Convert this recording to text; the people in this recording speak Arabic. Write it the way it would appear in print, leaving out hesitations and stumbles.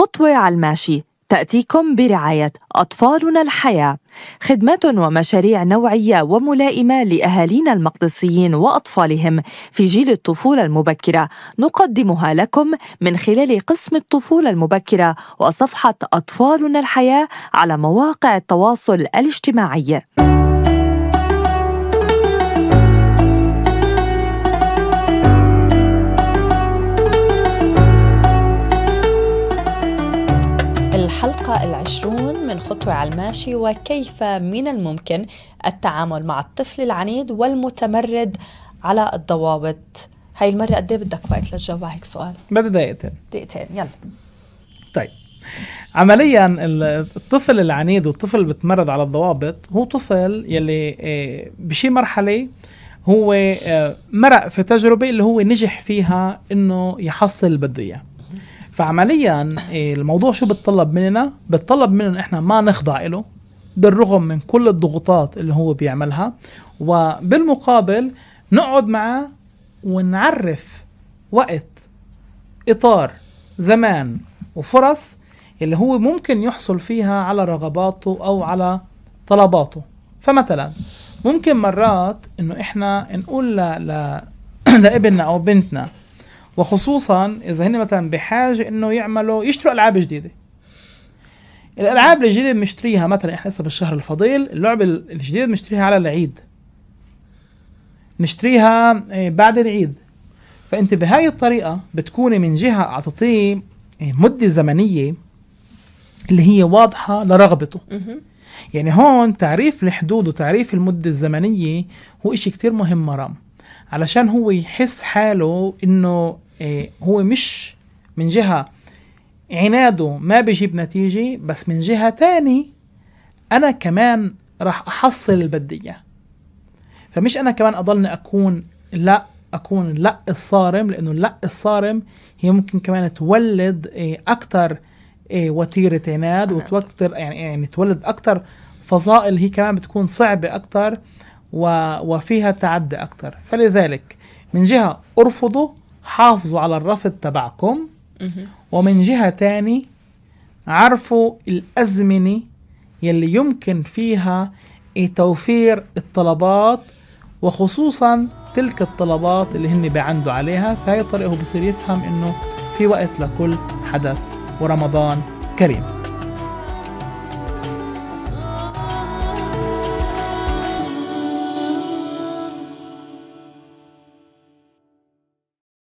خطوة على الماشي تأتيكم برعاية أطفالنا الحياة، خدمات ومشاريع نوعية وملائمة لأهالينا المقدسيين وأطفالهم في جيل الطفولة المبكرة، نقدمها لكم من خلال قسم الطفولة المبكرة وصفحة أطفالنا الحياة على مواقع التواصل الاجتماعي. الحلقة 20 من خطوة على الماشي، وكيف من الممكن التعامل مع الطفل العنيد والمتمرد على الضوابط. هاي المرة قد ايه بدك وقت لتجاوب هيك سؤال؟ بدي دقيقتين يلا. طيب، عمليا الطفل العنيد والطفل اللي بتمرد على الضوابط هو طفل يلي بشي مرحلة هو مرق في تجربة اللي هو نجح فيها انه يحصل اللي بده اياه. فعمليا الموضوع شو بتطلب مننا؟ بتطلب مننا احنا ما نخضع له بالرغم من كل الضغوطات اللي هو بيعملها، وبالمقابل نقعد معه ونعرف وقت، اطار، زمان وفرص اللي هو ممكن يحصل فيها على رغباته او على طلباته. فمثلا ممكن مرات انه احنا نقول لابننا او بنتنا، وخصوصا اذا هن مثلا بحاجه انه يشتروا العاب جديده. الالعاب الجديده بنشتريها مثلا احنا لسه بالشهر الفضيل، اللعبه الجديده بنشتريها على العيد، نشتريها بعد العيد. فانت بهاي الطريقه بتكوني من جهه اعطيتيه مده زمنيه اللي هي واضحه لرغبته. يعني هون تعريف الحدود وتعريف المده الزمنيه هو إشي كتير مهم مرام، علشان هو يحس حاله انه هو مش من جهة عناده ما بيجيب نتيجة، بس من جهة تاني انا كمان راح احصل البدية. فمش انا كمان اضلني اكون لا الصارم، لانه لا الصارم هي ممكن كمان تولد اكتر وتيرة عناد وتوتر، يعني تولد اكتر فضائل هي كمان بتكون صعبة اكتر وفيها تعدي أكتر. فلذلك من جهة ارفضوا، حافظوا على الرفض تبعكم، ومن جهة تاني عرفوا الأزمنة يلي يمكن فيها توفير الطلبات، وخصوصا تلك الطلبات اللي هن بيعندوا عليها. فهي طريقه بصير يفهم إنه في وقت لكل حدث، ورمضان كريم.